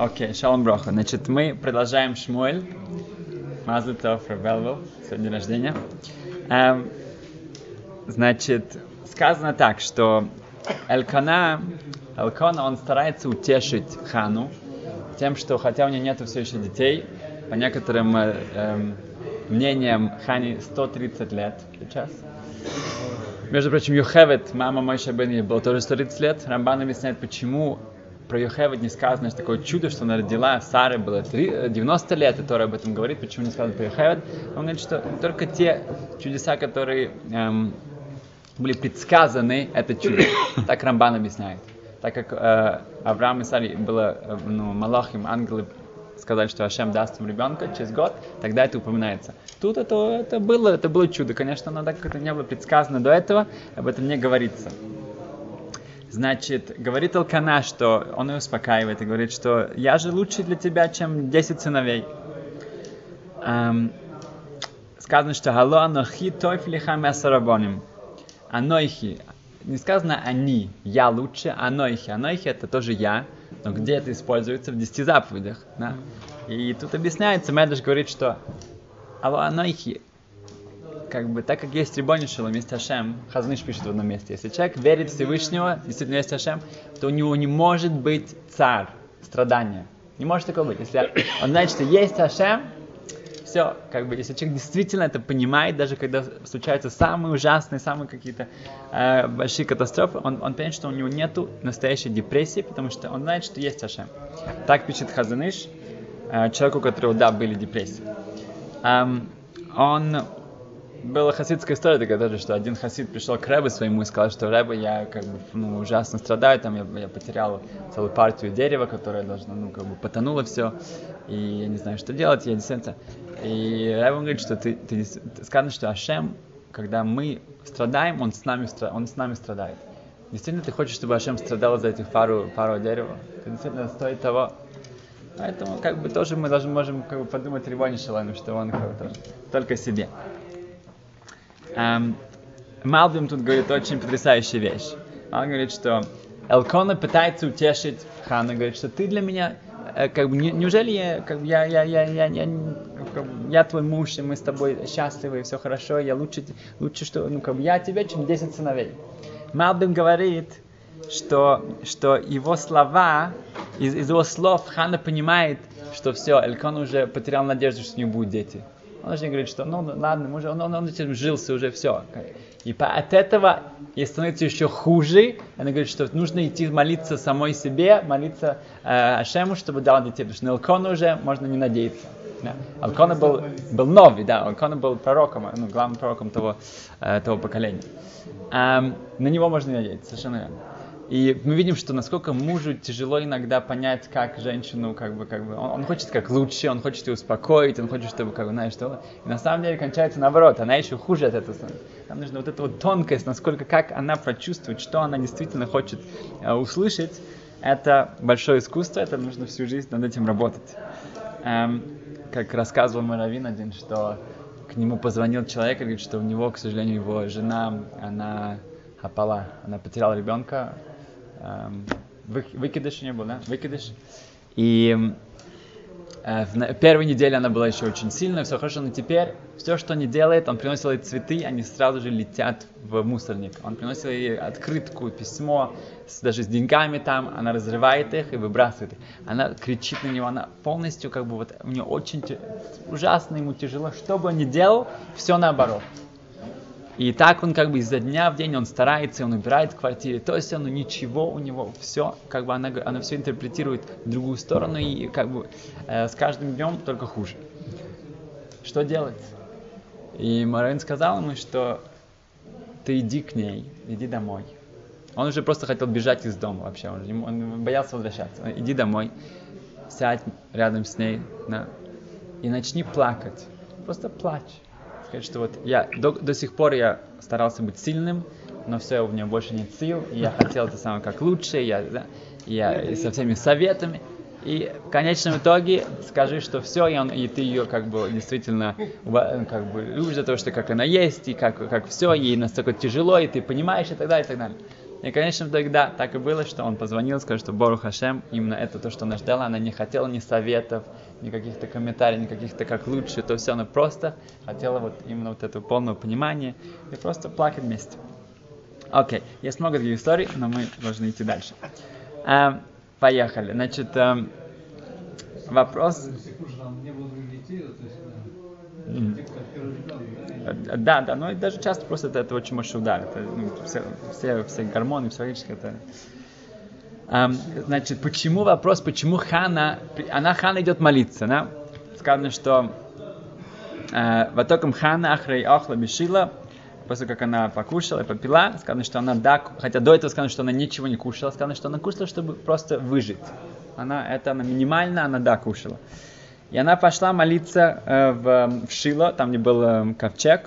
Окей, шалом броха. Значит, мы продолжаем Шмуэль. Мазл тов Рабелвел. Сегодня день рождения. Значит, сказано так, что Элкана, он старается утешить Хану тем, что хотя у нее нету все еще детей, по некоторым мнениям Хане 130 лет сейчас. Между прочим, Йохевед, мама Моше Бен, было тоже 130 лет. Рамбан объясняет, почему про Йохевед не сказано, что такое чудо, что она родила, Сары было 90 лет, и Тора об этом говорит, почему не сказано про Йохевед. Он говорит, что только те чудеса, которые были предсказаны, это чудо. Так Рамбан объясняет. Так как Авраам и Саре было, Малахим, ангелы сказали, что Ашем даст им ребенка через год, тогда это упоминается. Тут это было чудо, конечно, но так как это не было предсказано до этого, об этом не говорится. Значит, говорит Элкана, что он ее успокаивает и говорит, что я же лучше для тебя, чем 10 сыновей. Сказано, что «Гало анохи тойфлиха мясарабоним». Анохи. Не сказано «они», «я лучше», «анохи». «Анохи» — это тоже «я», но где это используется? В 10 заповедях. Да? И тут объясняется, Медраш говорит, что «Ало анохи». Как бы, так как есть Рибони Шелом, есть Ашем, Хазаныш пишет в одном месте, если человек верит в Всевышнего, действительно есть Ашем, то у него не может быть царь, страдания. Не может такого быть. Если он знает, что есть Ашем, все, как бы, если человек действительно это понимает, даже когда случаются самые ужасные, самые какие-то большие катастрофы, он понимает, что у него нету настоящей депрессии, потому что он знает, что есть Ашем. Так пишет Хазаныш, человеку, у которого, да, были депрессии. Была хасидская история такая тоже, что один хасид пришел к Ребе своему и сказал, что Ребе, я как бы ужасно страдаю, там я потерял целую партию дерева, которое должно, потонуло все, и я не знаю, что делать, я действительно... И Ребе говорит, что ты сказано, что Ашем, когда мы страдаем, он с нами страдает. Действительно, ты хочешь, чтобы Ашем страдал за этих пару дерева? Это действительно стоит того. Поэтому как бы тоже мы даже можем как бы подумать Рибони Шелому, что он как бы тоже только себе. Малбим тут говорит очень потрясающую вещь. Он говорит, что Элкона пытается утешить Хану, говорит, что ты для меня, как бы, неужели я твой муж, и мы с тобой счастливы, и все хорошо, я лучше что, я тебе, чем 10 сыновей. Малбим говорит, что его слова, из его слов Хана понимает, что все, Элкон уже потерял надежду, что у него будут дети. Он же говорит, что ладно, он этим жился уже, все. И от этого ей становится еще хуже. Она говорит, что нужно идти молиться самой себе, молиться Ашему, чтобы дал детей. Потому что на Элкона уже можно не надеяться. Да. Элкона был новый, да, Элкона был пророком, главным пророком того поколения. На него можно не надеяться, совершенно верно. И мы видим, что насколько мужу тяжело иногда понять, как женщину, он хочет как лучше, он хочет ее успокоить, он хочет, чтобы, что... И на самом деле кончается наоборот, она еще хуже от этого становится. Нам нужна вот эта вот тонкость, насколько, как она прочувствует, что она действительно хочет услышать. Это большое искусство, это нужно всю жизнь над этим работать. Как рассказывал мой раввин один, что к нему позвонил человек и говорит, что у него, к сожалению, его жена, она потеряла ребенка, выкидыш не был, да? Выкидыш. И в первой неделе она была еще очень сильная, все хорошо, но теперь все, что он делает, он приносил ей цветы, они сразу же летят в мусорник. Он приносил ей открытку, письмо, даже с деньгами там, она разрывает их и выбрасывает их. Она кричит на него, она полностью, у нее очень ужасно, ему тяжело, что бы он ни делал, все наоборот. И так он изо дня в день он старается, он убирает в квартире, то есть он ничего у него, все, она все интерпретирует в другую сторону и с каждым днем только хуже. Что делать? И Марин сказал ему, что ты иди к ней, иди домой. Он уже просто хотел бежать из дома вообще, он боялся возвращаться. Иди домой, сядь рядом с ней, да, и начни плакать, просто плачь. Сказать, что я до сих пор я старался быть сильным, но все, у меня больше нет сил, и я хотел это самое как лучше, я со всеми советами, и в конечном итоге скажи, что все, и ты ее действительно любишь за то, что как она есть, и как все, ей настолько тяжело, и ты понимаешь, и так далее, и так далее. И, конечно, тогда так и было, что он позвонил, сказал, что Борух Хашем, именно это то, что она ждала, она не хотела ни советов, ни каких-то комментариев, ни каких-то как лучше, то все, она просто хотела вот именно вот это полное понимание и просто плакать вместе. Окей, есть много таких историй, но мы должны идти дальше. Поехали. Значит, вопрос... Да, но и даже часто просто это очень мощный удар. Это, все гормоны психологические. Значит, почему Хана идет молиться, да? Сказано, что ватокам Хана ахрей охла бешила, после как она покушала и попила, сказано, что она хотя до этого сказано, что она ничего не кушала, сказано, что она кушала, чтобы просто выжить. Она минимально, она кушала. И она пошла молиться в Шило, там где был ковчег.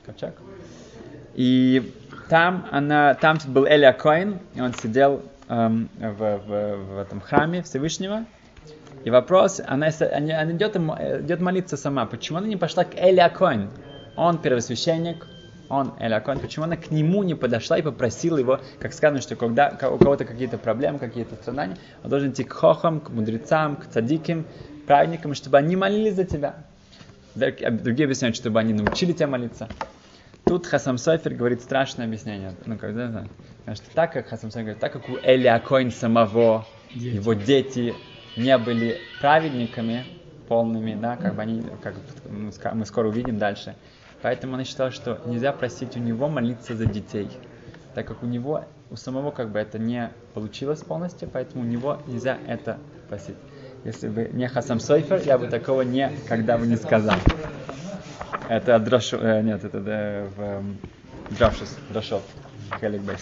И там был Эли Коэн, и он сидел в этом храме Всевышнего. И вопрос, она идет молиться сама. Почему она не пошла к Эли Коэн? Он первосвященник, он Эли Коэн. Почему она к нему не подошла и попросила его, как сказано, что когда у кого-то какие-то проблемы, какие-то страдания, он должен идти к хохам, к мудрецам, к цадиким, праведникам, чтобы они молились за тебя. Другие объясняют, чтобы они научили тебя молиться. Тут Хасам Софер говорит страшное объяснение. Так как Хасам Софер говорит, так как у Эли Коэн самого, его дети не были праведниками полными, да, как мы скоро увидим дальше. Поэтому он считал, что нельзя просить у него молиться за детей, так как у самого это не получилось полностью, поэтому у него нельзя это просить. Если бы не Хасам Софер, я бы такого никогда бы не сказал. Это Дрошот, Хелик Бейс.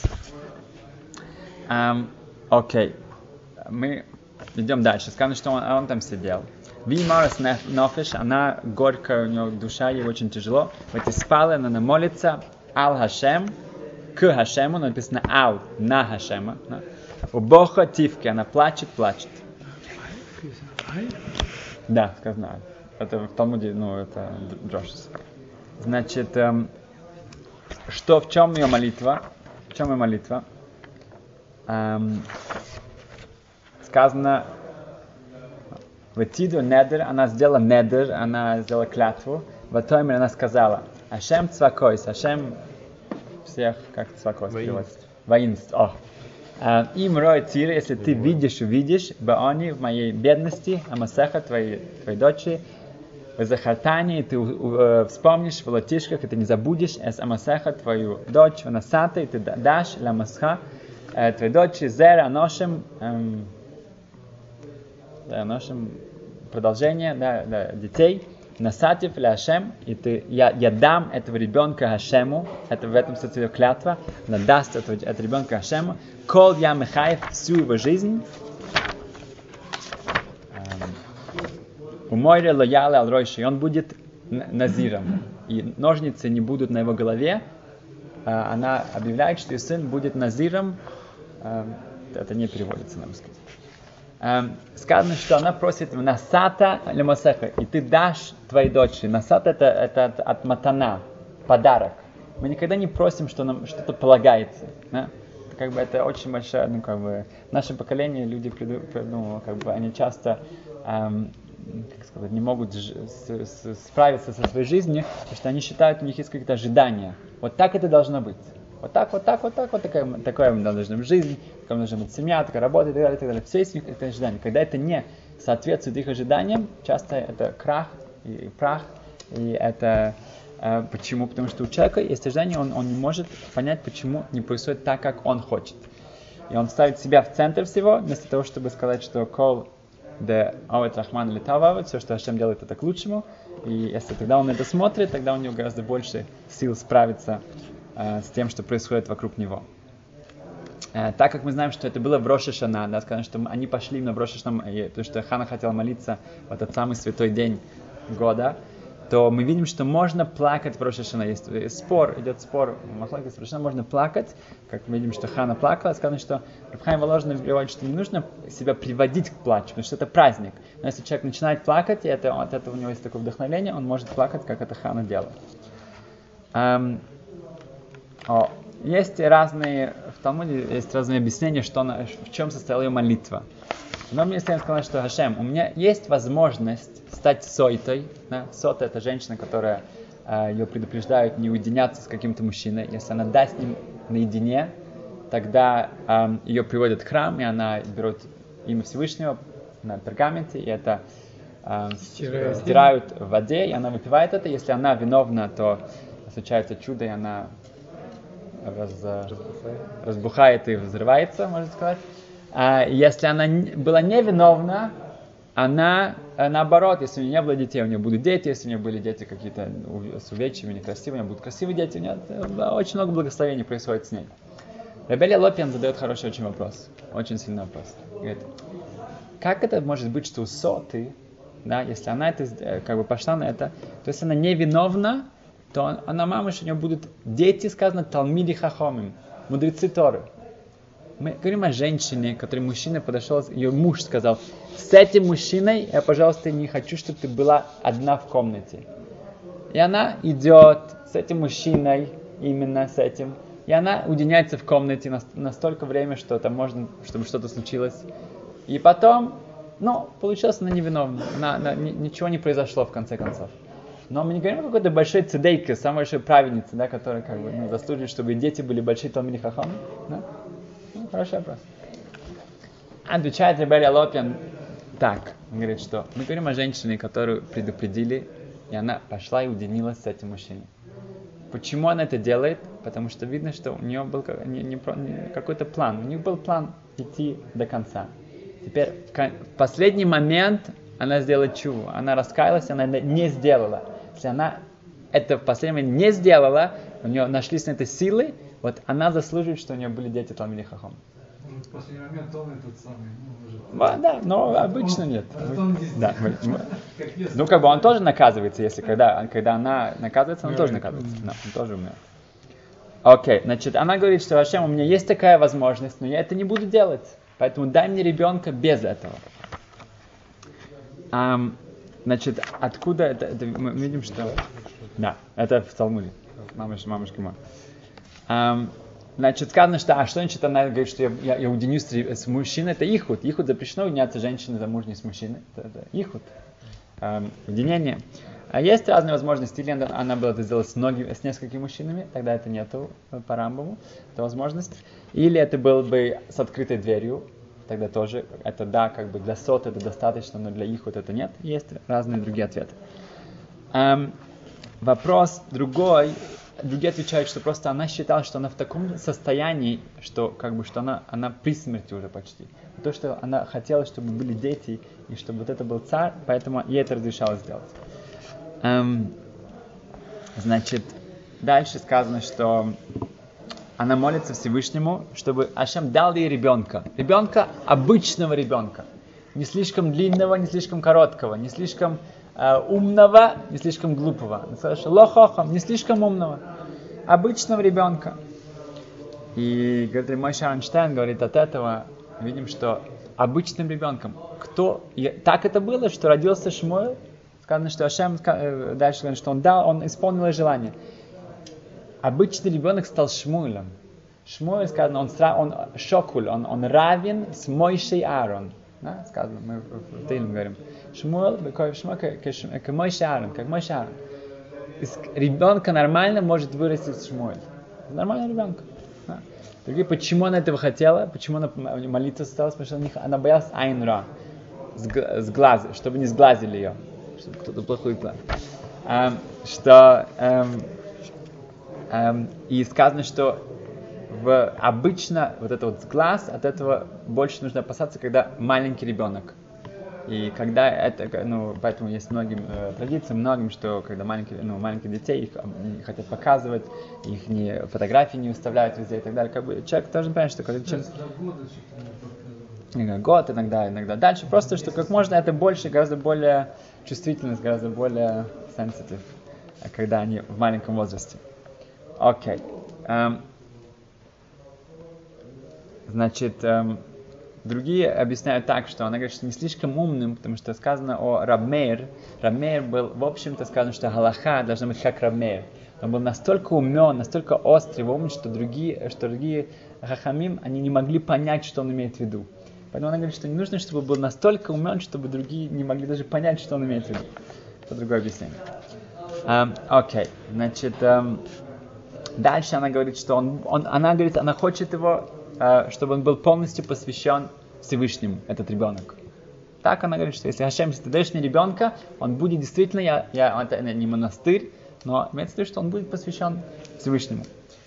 Окей. Мы идем дальше. Сказано, что он там сидел. Вимарас Нофиш, она горькая, у нее душа, ей очень тяжело. Вот и спала, она молится Ал Хашем, к Хашему, написано Ал, на Хашема. У Боха Тивки, она плачет. Да, сказано. Это в Талмуде, это Дрошес. Значит, в чем ее молитва? Сказано, в Тиду недер, она сделала недер, она сделала клятву. В Атоймер она сказала, Ашем Цвакойс, Ашем всех, как Цвакойс переводится. Воинство. Им рой тир, если ты увидишь, баони в моей бедности, амасеха, твоей дочери, в захартании, ты вспомнишь в латишках, и ты не забудешь, эс амасеха, твою дочь, в насата, и ты дашь ламасха, твоей дочери, зера ношем, продолжение, детей, насатив ля Ашем, и я дам этого ребенка Ашему, это в этом смысле клятва, она даст этого ребенка Ашему, кол я мехаев всю его жизнь, у мойре лоялы ал ройши, он будет назиром, и ножницы не будут на его голове, она объявляет, что ее сын будет назиром, это не переводится на русский. Сказано, что она просит насата лемасеха, и ты дашь твоей дочери. Насата это от матана, подарок. Мы никогда не просим, что нам что-то полагается. Да? Это очень большое, в нашем поколении люди они часто не могут справиться со своей жизнью, потому что они считают, у них есть какие-то ожидания. Вот так это должно быть. Вот такая должна быть жизнь, такая должна быть семья, такая работа и так далее. Все есть это ожидания. Когда это не соответствует их ожиданиям, часто это крах и прах. И это почему? Потому что у человека есть ожидание, он не может понять, почему не происходит так, как он хочет. И он ставит себя в центр всего, вместо того, чтобы сказать, что кол де авет рахман литававет, все, что Ашем делает, это к лучшему. И если тогда он это смотрит, тогда у него гораздо больше сил справиться с тем, что происходит вокруг него. Так как мы знаем, что это было в Рош ха-Шана, да, сказано, что они пошли именно в Рош ха-Шана, потому что Хана хотела молиться в этот самый святой день года, то мы видим, что можно плакать в Рош ха-Шана. Есть спор, идет спор в Махлокес в Рош ха-Шана, можно плакать, как мы видим, что Хана плакала, сказано, что Рав Хаим Воложный говорит, что не нужно себя приводить к плачу, потому что это праздник. Но если человек начинает плакать, и от этого у него есть такое вдохновение, он может плакать, как это Хана делала. есть разные, в Талмуде есть разные объяснения, в чем состояла ее молитва. Но мне сказано, что Хашем, у меня есть возможность стать сойтой. Да? Сота — это женщина, которая ее предупреждают не уединяться с каким-то мужчиной. Если она даст с ним наедине, тогда ее приводят в храм, и она берет имя Всевышнего на пергаменте, и это стирают в воде, и она выпивает это. Если она виновна, то случается чудо, и она разбухает и взрывается, можно сказать. А если она была невиновна, она, наоборот, если у нее не было детей, у нее будут дети, если у нее были дети какие-то с увечьями, некрасивые, у нее будут красивые дети, у нее очень много благословений происходит с ней. Рабби Лопиан задает хороший очень вопрос, очень сильный вопрос. Говорит, как это может быть, что у соты, да, если она это, как бы пошла на это, то если она невиновна, то она мамыш, у нее будут дети, сказано, Талмиди Хахомим, мудрецы Торы. Мы говорим о женщине, которой мужчина подошел, ее муж сказал, с этим мужчиной я, пожалуйста, не хочу, чтобы ты была одна в комнате. И она идет с этим мужчиной, именно с этим, и она уединяется в комнате на столько времени, что там можно, чтобы что-то случилось. И потом, получилось, она невиновна, ничего не произошло в конце концов. Но мы не говорим о какой-то большой цедейке, самой большой праведнице, да, которая как бы заслуживает, чтобы дети были большие Талмиди Хахам. Да? Хороший вопрос. Отвечает Рабби Лопиан так. Он говорит, что мы говорим о женщине, которую предупредили, и она пошла и уединилась с этим мужчиной. Почему она это делает? Потому что видно, что у нее был какой-то план. У них был план идти до конца. Теперь в последний момент она сделала чуву. Она раскаялась, она это не сделала. Если она это в последний момент не сделала, у нее нашлись на это силы, вот она заслуживает, что у нее были дети Талмиди Хахам. В последний момент он этот самый, Да, но обычно нет. Да, как бы он тоже наказывается, если когда она наказывается, он тоже наказывается. Да, он тоже умер. Окей, значит, она говорит, что Хашем, у меня есть такая возможность, но я это не буду делать. Поэтому дай мне ребенка без этого. Значит, откуда это мы видим, что... Да, это в Талмуде. Мамушка моя. Значит, сказано, что значит она говорит, что я уединюсь с мужчиной, это ихуд. Ихуд запрещено уединяться женщиной замужней с мужчиной. Это ихуд. Уединение. А есть разные возможности. Или она была это сделать с несколькими мужчинами, тогда это нету по Рамбаму, это возможность. Или это было бы с открытой дверью, тогда тоже это да, как бы для сот это достаточно, но для ихуд это нет. Есть разные другие ответы. Вопрос другой. Другие отвечают, что просто она считала, что она в таком состоянии, что как бы что она при смерти уже почти. То, что она хотела, чтобы были дети, и чтобы вот это был царь, поэтому ей это разрешалось сделать. Значит, дальше сказано, что она молится Всевышнему, чтобы Ашем дал ей ребенка. Ребенка, обычного ребенка. Не слишком длинного, не слишком короткого, не слишком умного, не слишком глупого. Не слишком умного. Обычного ребенка. И говорит, Мойше Эйнштейн говорит, от этого видим, что обычным ребенком. Так это было, что родился Шмуэль. Сказано, что Ашем, дальше говорит, что он исполнил желание. Обычный ребенок стал Шмуэлем. Шмуэль, сказано, он шокуль, он равен с Мойшей Аарон. Да, сказано, мы в Тейлем говорим. Шмуэль, как Мойше Аарон, как Мойше Аарон. Из ребенка нормально может вырасти Шмуэль. Нормальный ребенок. Да. Другие, почему она этого хотела, почему она молиться стала, потому что она боялась Айн-Ра, с глаза, чтобы не сглазили ее, чтобы кто-то плохой план. И сказано, что обычно вот это вот глаз, от этого больше нужно опасаться, когда маленький ребенок. И когда это, поэтому есть многим традициям, что когда маленьких детей, их не хотят показывать, их фотографии не выставляют везде и так далее. Как бы человек должен понять, что когда год, иногда дальше, просто что как можно это больше, гораздо более чувствительность, гораздо более sensitive, когда они в маленьком возрасте. Окей. Значит, другие объясняют так, что она говорит, что не слишком умным, потому что сказано о Раб Меир. Раб Меир был, в общем-то, сказано, что галаха должна быть как Раб Меир. Он был настолько умен, настолько острый, умный, что другие хахамим, они не могли понять, что он имеет в виду. Поэтому она говорит, что не нужно, чтобы был настолько умен, чтобы другие не могли даже понять, что он имеет в виду. Это другое объяснение. Окей, значит, дальше она говорит, что она хочет его, чтобы он был полностью посвящен Всевышнему, этот ребенок. Так она говорит, что если Хашем, если ты даешь мне ребенка, он будет действительно, это не монастырь, но имеется в виду, что он будет посвящен Всевышнему.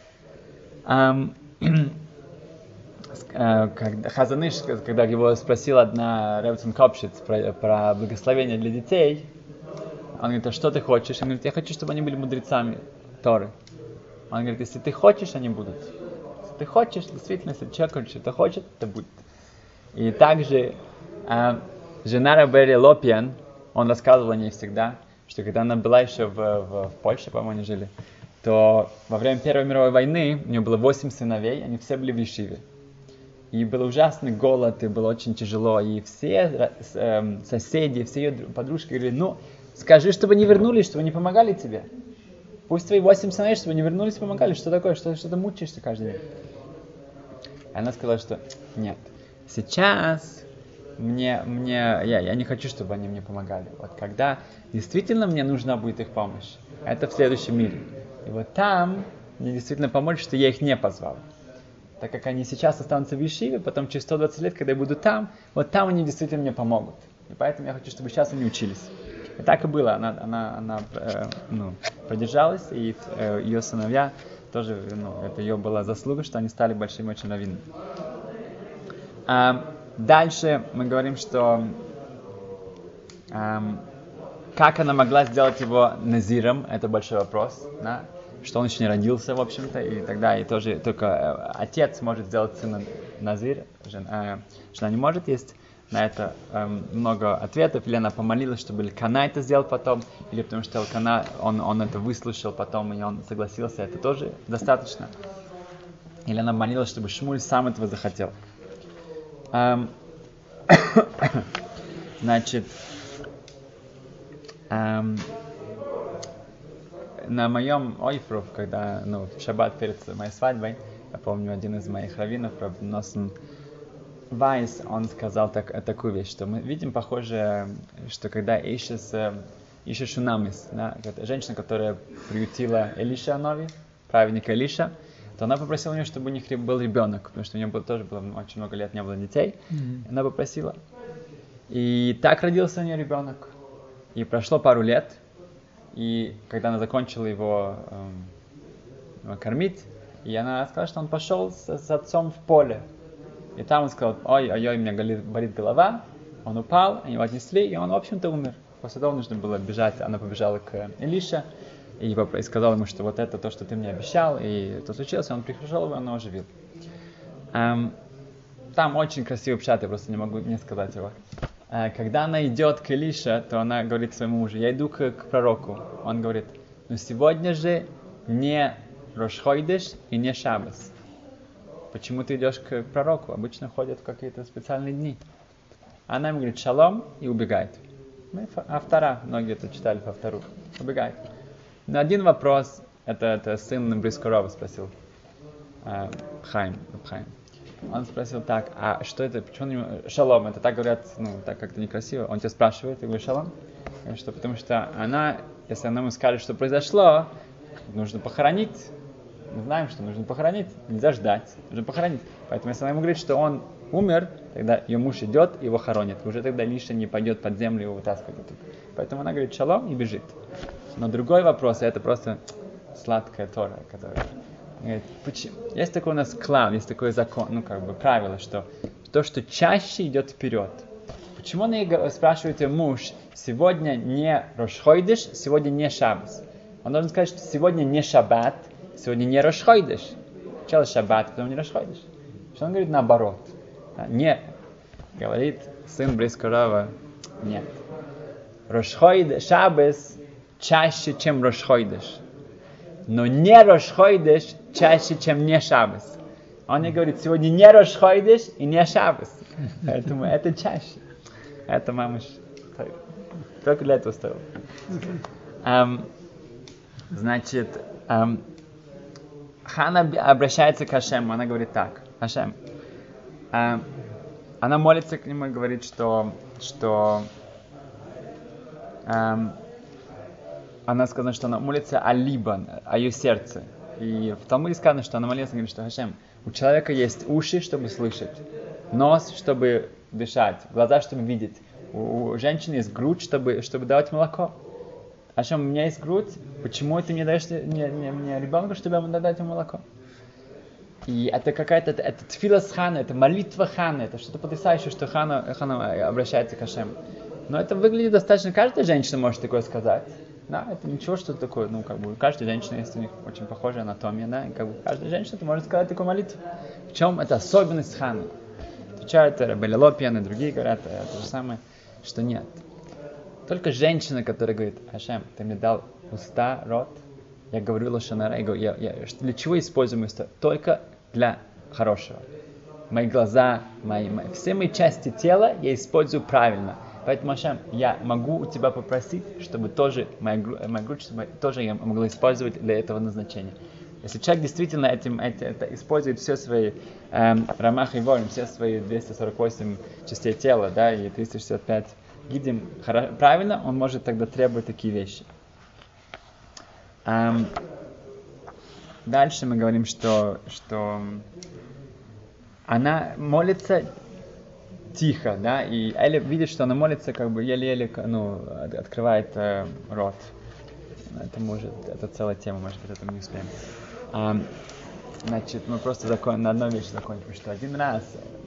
Хазаныш, когда его спросила одна Ревцин Копшиц про благословение для детей, он говорит, а что ты хочешь? Он говорит, я хочу, чтобы они были мудрецами Торы. Он говорит, если ты хочешь, они будут. Если ты хочешь, действительно, если человек что-то хочет, это будет. И также жена Рабери Лопьян, он рассказывал о ней всегда, что когда она была еще в Польше, по-моему, они жили, то во время Первой мировой войны у нее было 8 сыновей, они все были в Ешиве. И был ужасный голод, и было очень тяжело. И все соседи, все ее подружки говорили, скажи, чтобы не вернулись, чтобы не помогали тебе. Пусть твои 8 сыновей, чтобы не вернулись и помогали. Что такое? Что ты мучаешься каждый день? И она сказала, что нет, сейчас я не хочу, чтобы они мне помогали. Вот когда действительно мне нужна будет их помощь, это в следующем мире. И вот там мне действительно помочь, что я их не позвал. Так как они сейчас останутся в Ешиве, потом через 120 лет, когда я буду там, вот там они действительно мне помогут. И поэтому я хочу, чтобы сейчас они учились. И так и было. Она продержалась, и ее сыновья тоже, это ее была заслуга, что они стали большими очень раввинами. Дальше мы говорим, что как она могла сделать его назиром, это большой вопрос, да? Что он еще не родился, в общем-то, и тогда и тоже только отец может сделать сына назир, жена не может. Есть на это много ответов. Или она помолилась, чтобы Элькана это сделал потом, или потому что Элькана, он это выслушал потом, и он согласился, это тоже достаточно. Или она молилась, чтобы Шмуль сам этого захотел. Значит, на моем ойфру, когда, в шаббат перед моей свадьбой, я помню, один из моих раввинов, Рав Носен Вайс, он сказал такую вещь, что мы видим, похоже, что когда Иша Шунамис, да, женщина, которая приютила Элиша Нови, праведника Элиша, то она попросила у нее, чтобы у них был ребенок, потому что у нее тоже было очень много лет, не было детей. Она попросила. И так родился у нее ребенок. И прошло пару лет, и когда она закончила его кормить, и она сказала, что он пошел с отцом в поле. И там он сказал, ой, у меня болит голова, он упал, они его отнесли, и он, в общем-то, умер. После того нужно было бежать, она побежала к Элише, и сказала ему, что вот это то, что ты мне обещал, и это случилось, он пришел его, он его оживил. Там очень красивый пшат, я просто не могу не сказать его. Когда она идет к Элише, то она говорит своему мужу, я иду к пророку. Он говорит, сегодня же не Рош Хойдеш и не Шаббас. Почему ты идешь к пророку? Обычно ходят в какие-то специальные дни. Она ему говорит, шалом, и убегает. Автора, многие это читали по автору, убегает. Но один вопрос, это сын Брискорова спросил, Хайм. Он спросил так, а что это, почему шалом, это так говорят, так как-то некрасиво. Он тебя спрашивает, ты говоришь шалом? Что, потому что если она ему скажет, что произошло, нужно похоронить. Мы знаем, что нужно похоронить, нельзя ждать, нужно похоронить. Поэтому если она ему говорит, что он умер, тогда ее муж идет и его хоронит. Уже тогда Лиша не пойдет под землю его вытаскивать оттуда. Поэтому она говорит шалом и бежит. Но другой вопрос, это просто сладкая Тора, которая говорит, есть такой у нас клан, есть такой закон, правило, что то, что чаще идет вперед. Почему она спрашивает ее муж, сегодня не Рош Хойдеш, сегодня не Шаббас? Он должен сказать, что сегодня не Шаббат, сегодня не Рош Хойдеш. Сначала Шаббат, потом не Рош Хойдеш. Что он говорит наоборот? Не, говорит сын Брискорова, нет. Рош Хойдеш, Шаббас чаще, чем Рош Хойдеш. Но не Рош Хойдеш чаще, чем не Шаббас. Он мне говорит, сегодня не Рош Хойдеш и не Шаббас. Поэтому это чаще. Это мамыш. Только для этого стоило. Значит, Хана обращается к Ашему, она говорит так: Ашем, она молится к нему и говорит, что она сказала, что она молится о Либан, о ее сердце. И в Талмуде сказано, что она молится и говорит, что Ашем, у человека есть уши, чтобы слышать, нос, чтобы дышать, глаза, чтобы видеть. У женщины есть грудь, чтобы давать молоко. Ашем, у меня есть грудь, почему ты мне даешь мне ребенка, чтобы я дать ему молоко? И это какая-то, это тфилас Хана, это молитва Ханы, это что-то потрясающее, что Хана обращается к Ашему. Но это выглядит достаточно, каждая женщина может такое сказать. Да, это ничего, что такое, у каждой женщины есть у них очень похожая анатомия, да, и каждая женщина может сказать такую молитву. В чем это особенность Ханы? Отвечают Рабби Лопьян и другие говорят то же самое, что нет. Только женщина, которая говорит: Ашем, ты мне дал уста, рот, я говорю лошон ара, для чего используем уста? Только для хорошего. Мои глаза, все мои части тела я использую правильно. Поэтому, Ашем, я могу у тебя попросить, чтобы тоже моя грудь, чтобы тоже я могла использовать для этого назначения. Если человек действительно это использует все свои рамах и ворим, все свои 248 частей тела, да, и 365 гидим правильно, он может тогда требовать такие вещи. Дальше мы говорим, что она молится тихо, да, и Эля видит, что она молится, как бы еле-еле, открывает рот. Это целая тема, может быть, это мы не успеем. Значит, мы просто на одной вещи закончим, что один раз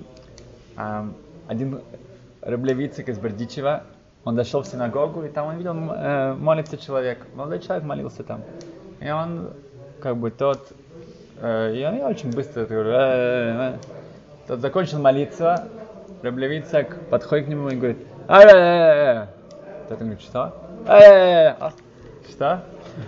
один Рабби Левицик из Бердичева, он дошел в синагогу, и там он видел, молится человек. Молодой человек молился там. И он, и он очень быстро, тот закончил молиться, Рабби Левицик подходит к нему и говорит: Тот говорит: что? Что?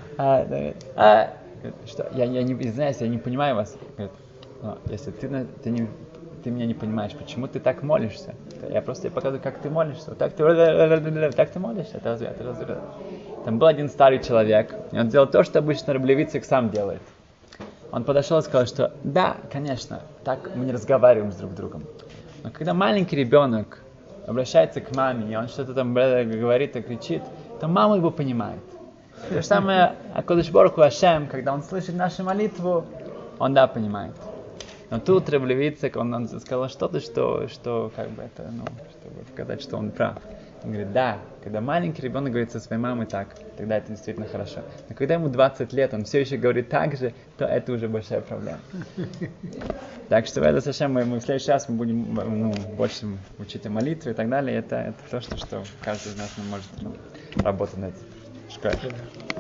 Что? Я не знаю, я не понимаю вас. Говорит: если ты меня не понимаешь, почему ты так молишься? Я просто показываю, как ты молишься. Вот так ты молишься. Это разве? Там был один старый человек, и он делал то, что обычно Рабби Левицик сам делает. Он подошел и сказал, что да, конечно, так мы не разговариваем с друг другом. Но когда маленький ребенок обращается к маме, и он что-то там говорит и кричит, то мама его понимает. То же самое Акодеш Борух Ху Ашем, когда он слышит нашу молитву, он понимает. Но тут Рабби Левицик, он сказал что-то, что как бы это, чтобы показать, что он прав. Он говорит: да, когда маленький ребенок говорит со своей мамой так, тогда это действительно хорошо. Но когда ему 20 лет, он все еще говорит так же, то это уже большая проблема. Так что это совсем мы в следующий раз мы будем больше учить о молитве и так далее. Это то, что каждый из нас может работать над этим.